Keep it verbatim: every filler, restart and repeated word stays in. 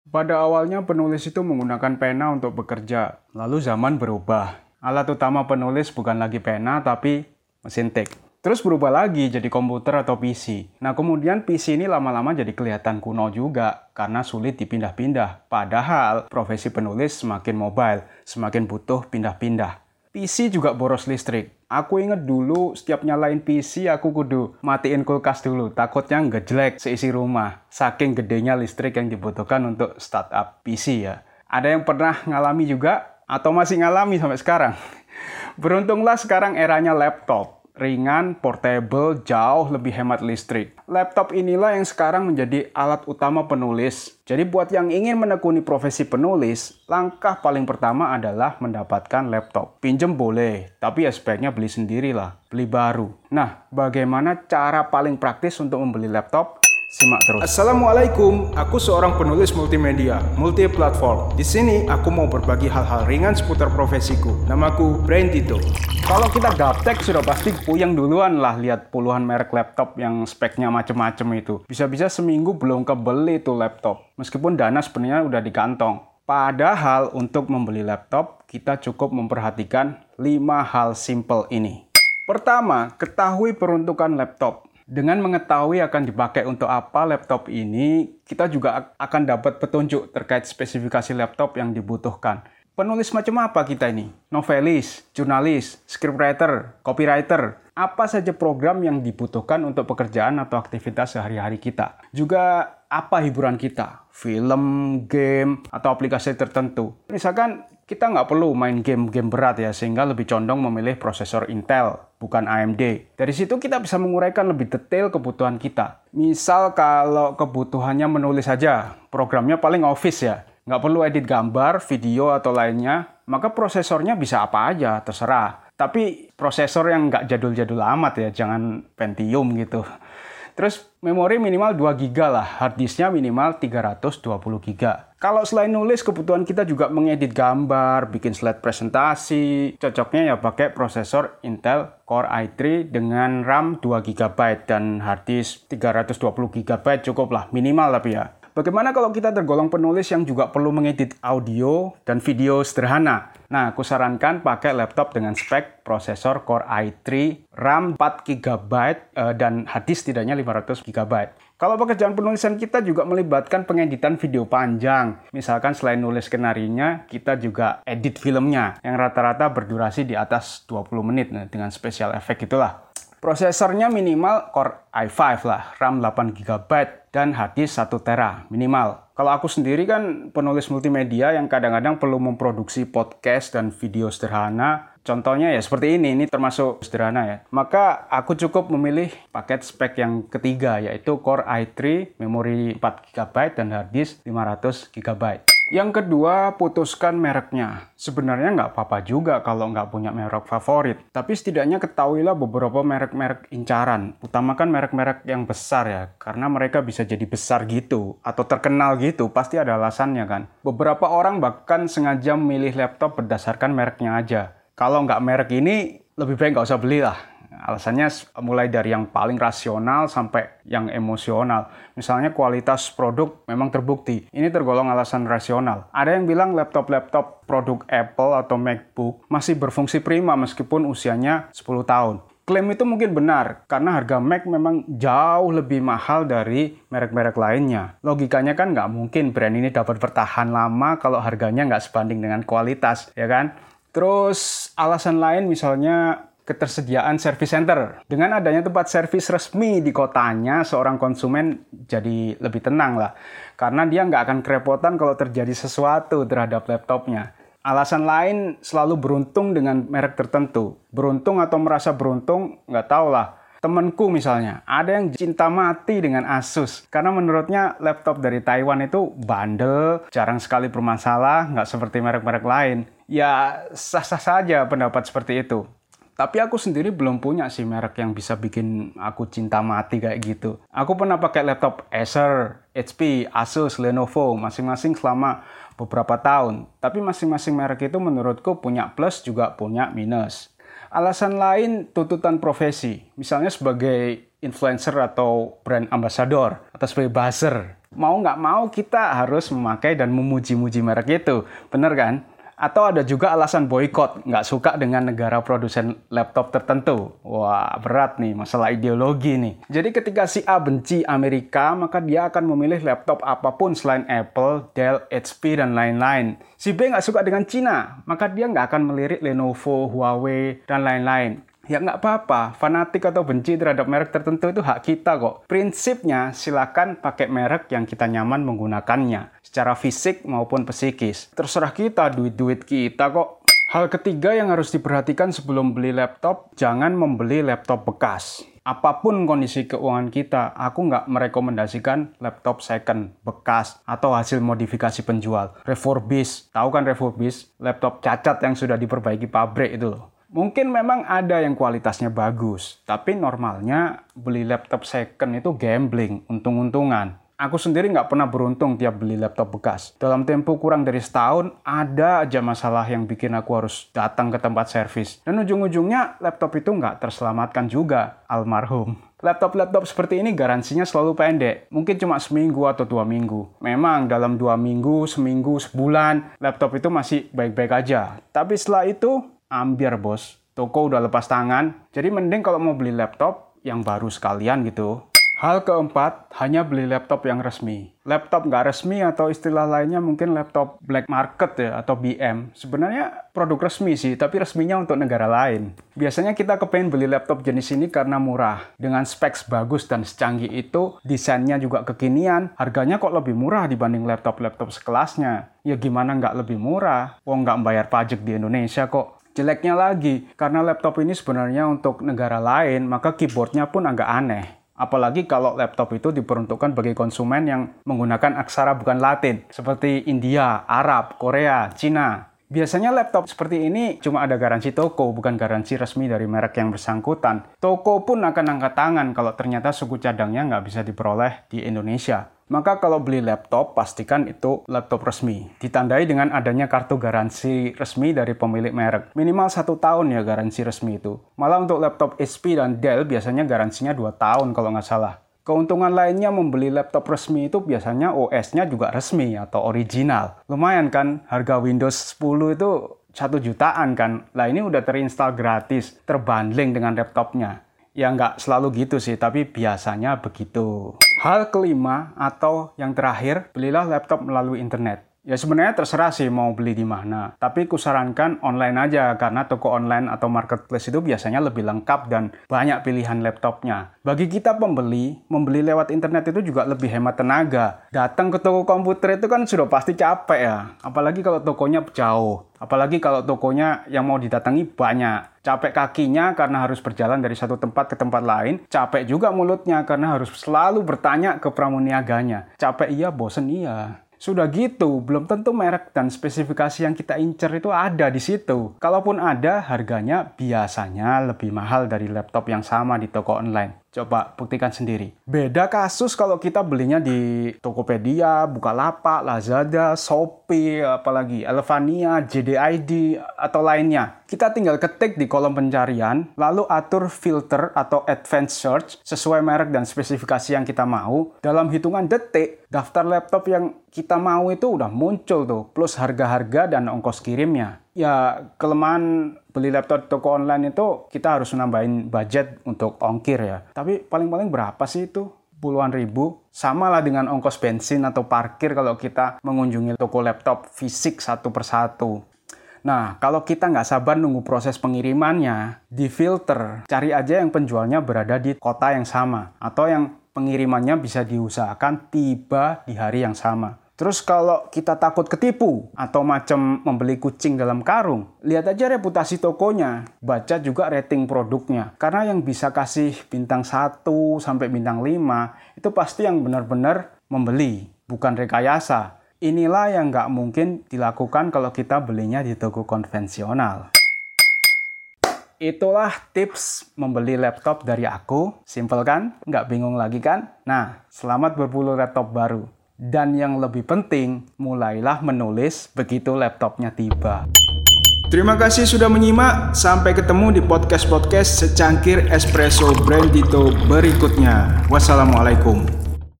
Pada awalnya penulis itu menggunakan pena untuk bekerja, lalu zaman berubah. Alat utama penulis bukan lagi pena, tapi mesin tik. Terus berubah lagi jadi komputer atau P C. Nah kemudian P C ini lama-lama jadi kelihatan kuno juga, karena sulit dipindah-pindah. Padahal profesi penulis semakin mobile, semakin butuh pindah-pindah. P C juga boros listrik. Aku inget dulu setiap nyalain P C aku kudu matiin kulkas dulu. Takutnya ngejelek seisi rumah. Saking gedenya listrik yang dibutuhkan untuk startup P C ya. Ada yang pernah ngalami juga? Atau masih ngalami sampai sekarang? Beruntunglah sekarang eranya laptop. Ringan, portable, jauh lebih hemat listrik. Laptop inilah yang sekarang menjadi alat utama penulis. Jadi buat yang ingin menekuni profesi penulis, langkah paling pertama adalah mendapatkan laptop. Pinjem boleh, tapi ya sebaiknya beli sendirilah, beli baru. Nah, bagaimana cara paling praktis untuk membeli laptop? Simak terus. Assalamualaikum, aku seorang penulis multimedia, multi-platform. Di sini aku mau berbagi hal-hal ringan seputar profesiku. Namaku Brain Tito. Kalau kita gaptek sudah pasti puyeng duluan lah lihat puluhan merek laptop yang speknya macem-macem itu. Bisa-bisa seminggu belum kebeli tuh laptop. Meskipun dana sebenarnya udah di kantong. Padahal untuk membeli laptop, kita cukup memperhatikan lima hal simple ini. Pertama, ketahui peruntukan laptop. Dengan mengetahui akan dipakai untuk apa laptop ini, kita juga akan dapat petunjuk terkait spesifikasi laptop yang dibutuhkan. Penulis macam apa kita ini? Novelis, jurnalis, scriptwriter, copywriter. Apa saja program yang dibutuhkan untuk pekerjaan atau aktivitas sehari-hari kita. Juga apa hiburan kita? Film, game, atau aplikasi tertentu. Misalkan kita nggak perlu main game-game berat ya, sehingga lebih condong memilih prosesor Intel, bukan A M D. Dari situ kita bisa menguraikan lebih detail kebutuhan kita. Misal kalau kebutuhannya menulis saja, programnya paling Office ya. Nggak perlu edit gambar, video, atau lainnya, maka prosesornya bisa apa aja, terserah. Tapi prosesor yang nggak jadul-jadul amat ya, jangan Pentium gitu. Terus memori minimal dua giga lah, harddisknya minimal tiga ratus dua puluh giga. Kalau selain nulis, kebutuhan kita juga mengedit gambar, bikin slide presentasi. Cocoknya ya pakai prosesor Intel Core i tiga dengan RAM dua giga byte dan harddisk tiga ratus dua puluh giga byte cukup lah, minimal tapi ya. Bagaimana kalau kita tergolong penulis yang juga perlu mengedit audio dan video sederhana? Nah, aku sarankan pakai laptop dengan spek prosesor Core i tiga, RAM empat giga byte, dan harddisk setidaknya lima ratus giga byte. Kalau pekerjaan penulisan kita juga melibatkan pengeditan video panjang. Misalkan selain nulis skenarionya, kita juga edit filmnya yang rata-rata berdurasi di atas dua puluh menit nah, dengan special effect itulah. Prosesornya minimal Core i lima lah, RAM delapan giga byte, dan harddisk satu tera minimal. Kalau aku sendiri kan penulis multimedia yang kadang-kadang perlu memproduksi podcast dan video sederhana. Contohnya ya seperti ini, ini termasuk sederhana ya. Maka aku cukup memilih paket spek yang ketiga, yaitu Core i tiga, memori empat giga byte, dan harddisk lima ratus giga byte. Yang kedua, putuskan mereknya. Sebenarnya nggak apa-apa juga kalau nggak punya merek favorit. Tapi setidaknya ketahuilah beberapa merek-merek incaran. Utamakan merek-merek yang besar ya. Karena mereka bisa jadi besar gitu. Atau terkenal gitu. Pasti ada alasannya kan. Beberapa orang bahkan sengaja memilih laptop berdasarkan mereknya aja. Kalau nggak merek ini, lebih baik nggak usah belilah. Alasannya mulai dari yang paling rasional sampai yang emosional. Misalnya kualitas produk memang terbukti. Ini tergolong alasan rasional. Ada yang bilang laptop-laptop produk Apple atau MacBook masih berfungsi prima meskipun usianya sepuluh tahun. Klaim itu mungkin benar, karena harga Mac memang jauh lebih mahal dari merek-merek lainnya. Logikanya kan nggak mungkin brand ini dapat bertahan lama kalau harganya nggak sebanding dengan kualitas, ya kan? Terus alasan lain misalnya ketersediaan service center. Dengan adanya tempat servis resmi di kotanya, seorang konsumen jadi lebih tenang lah. Karena dia nggak akan kerepotan kalau terjadi sesuatu terhadap laptopnya. Alasan lain selalu beruntung dengan merek tertentu. Beruntung atau merasa beruntung, nggak tahu lah. Temenku misalnya, ada yang cinta mati dengan Asus. Karena menurutnya laptop dari Taiwan itu bandel, jarang sekali bermasalah, nggak seperti merek-merek lain. Ya, sah-sah saja pendapat seperti itu. Tapi aku sendiri belum punya sih merek yang bisa bikin aku cinta mati kayak gitu. Aku pernah pakai laptop Acer, H P, Asus, Lenovo, masing-masing selama beberapa tahun. Tapi masing-masing merek itu menurutku punya plus juga punya minus. Alasan lain tuntutan profesi. Misalnya sebagai influencer atau brand ambassador atau sebagai buzzer. Mau nggak mau kita harus memakai dan memuji-muji merek itu. Bener kan? Atau ada juga alasan boykot, nggak suka dengan negara produsen laptop tertentu. Wah, berat nih, masalah ideologi nih. Jadi ketika si A benci Amerika, maka dia akan memilih laptop apapun selain Apple, Dell, H P, dan lain-lain. Si B nggak suka dengan Cina, maka dia nggak akan melirik Lenovo, Huawei, dan lain-lain. Ya nggak apa-apa, fanatik atau benci terhadap merek tertentu itu hak kita kok. Prinsipnya silakan pakai merek yang kita nyaman menggunakannya, secara fisik maupun psikis. Terserah kita, duit-duit kita kok. Hal ketiga yang harus diperhatikan sebelum beli laptop, jangan membeli laptop bekas. Apapun kondisi keuangan kita, aku nggak merekomendasikan laptop second, bekas, atau hasil modifikasi penjual. Refurbish, tahu kan refurbish? Laptop cacat yang sudah diperbaiki pabrik itu loh. Mungkin memang ada yang kualitasnya bagus, tapi normalnya beli laptop second itu gambling, untung-untungan. Aku sendiri nggak pernah beruntung tiap beli laptop bekas. Dalam tempo kurang dari setahun, ada aja masalah yang bikin aku harus datang ke tempat servis. Dan ujung-ujungnya laptop itu nggak terselamatkan juga, almarhum. Laptop-laptop seperti ini garansinya selalu pendek, mungkin cuma seminggu atau dua minggu. Memang dalam dua minggu, seminggu, sebulan, laptop itu masih baik-baik aja. Tapi setelah itu, ambiar bos, toko udah lepas tangan, jadi mending kalau mau beli laptop yang baru sekalian gitu. Hal keempat, hanya beli laptop yang resmi. Laptop nggak resmi atau istilah lainnya mungkin laptop black market ya, atau B M. Sebenarnya produk resmi sih, tapi resminya untuk negara lain. Biasanya kita kepengen beli laptop jenis ini karena murah. Dengan specs bagus dan secanggih itu, desainnya juga kekinian, harganya kok lebih murah dibanding laptop-laptop sekelasnya. Ya gimana nggak lebih murah? Wong nggak bayar pajak di Indonesia kok. Jeleknya lagi, karena laptop ini sebenarnya untuk negara lain, maka keyboardnya pun agak aneh. Apalagi kalau laptop itu diperuntukkan bagi konsumen yang menggunakan aksara bukan Latin, seperti India, Arab, Korea, Cina. Biasanya laptop seperti ini cuma ada garansi toko, bukan garansi resmi dari merek yang bersangkutan. Toko pun akan angkat tangan kalau ternyata suku cadangnya nggak bisa diperoleh di Indonesia. Maka kalau beli laptop, pastikan itu laptop resmi. Ditandai dengan adanya kartu garansi resmi dari pemilik merek. Minimal satu tahun ya garansi resmi itu. Malah untuk laptop H P dan Dell biasanya garansinya dua tahun kalau nggak salah. Keuntungan lainnya membeli laptop resmi itu biasanya O S-nya juga resmi atau original. Lumayan kan, harga Windows sepuluh itu satu jutaan kan. Lah ini udah terinstall gratis, terbundling dengan laptopnya. Ya nggak selalu gitu sih, tapi biasanya begitu. Hal kelima atau yang terakhir, belilah laptop melalui internet. Ya sebenarnya terserah sih mau beli di mana, tapi kusarankan online aja karena toko online atau marketplace itu biasanya lebih lengkap dan banyak pilihan laptopnya. Bagi kita pembeli, membeli lewat internet itu juga lebih hemat tenaga. Datang ke toko komputer itu kan sudah pasti capek ya, apalagi kalau tokonya jauh. Apalagi kalau tokonya yang mau didatangi banyak. Capek kakinya karena harus berjalan dari satu tempat ke tempat lain. Capek juga mulutnya karena harus selalu bertanya ke pramuniaganya. Capek iya, bosen iya. Sudah gitu, belum tentu merek dan spesifikasi yang kita incer itu ada di situ. Kalaupun ada, harganya biasanya lebih mahal dari laptop yang sama di toko online. Coba buktikan sendiri. Beda kasus kalau kita belinya di Tokopedia, Bukalapak, Lazada, Shopee, apalagi Elevania, J D I D, atau lainnya. Kita tinggal ketik di kolom pencarian, lalu atur filter atau advanced search sesuai merek dan spesifikasi yang kita mau. Dalam hitungan detik, daftar laptop yang kita mau itu udah muncul tuh, plus harga-harga dan ongkos kirimnya. Ya, kelemahan beli laptop di toko online itu kita harus nambahin budget untuk ongkir ya. Tapi paling-paling berapa sih itu? Puluhan ribu. Sama lah dengan ongkos bensin atau parkir kalau kita mengunjungi toko laptop fisik satu persatu. Nah, kalau kita nggak sabar nunggu proses pengirimannya, di filter, cari aja yang penjualnya berada di kota yang sama. Atau yang pengirimannya bisa diusahakan tiba di hari yang sama. Terus kalau kita takut ketipu atau macam membeli kucing dalam karung, lihat aja reputasi tokonya, baca juga rating produknya. Karena yang bisa kasih bintang satu sampai bintang lima itu pasti yang benar-benar membeli, bukan rekayasa. Inilah yang nggak mungkin dilakukan kalau kita belinya di toko konvensional. Itulah tips membeli laptop dari aku. Simple kan? Nggak bingung lagi kan? Nah, selamat berburu laptop baru. Dan yang lebih penting, mulailah menulis begitu laptopnya tiba. Terima kasih sudah menyimak. Sampai ketemu di podcast-podcast secangkir espresso Brandito berikutnya. Wassalamualaikum.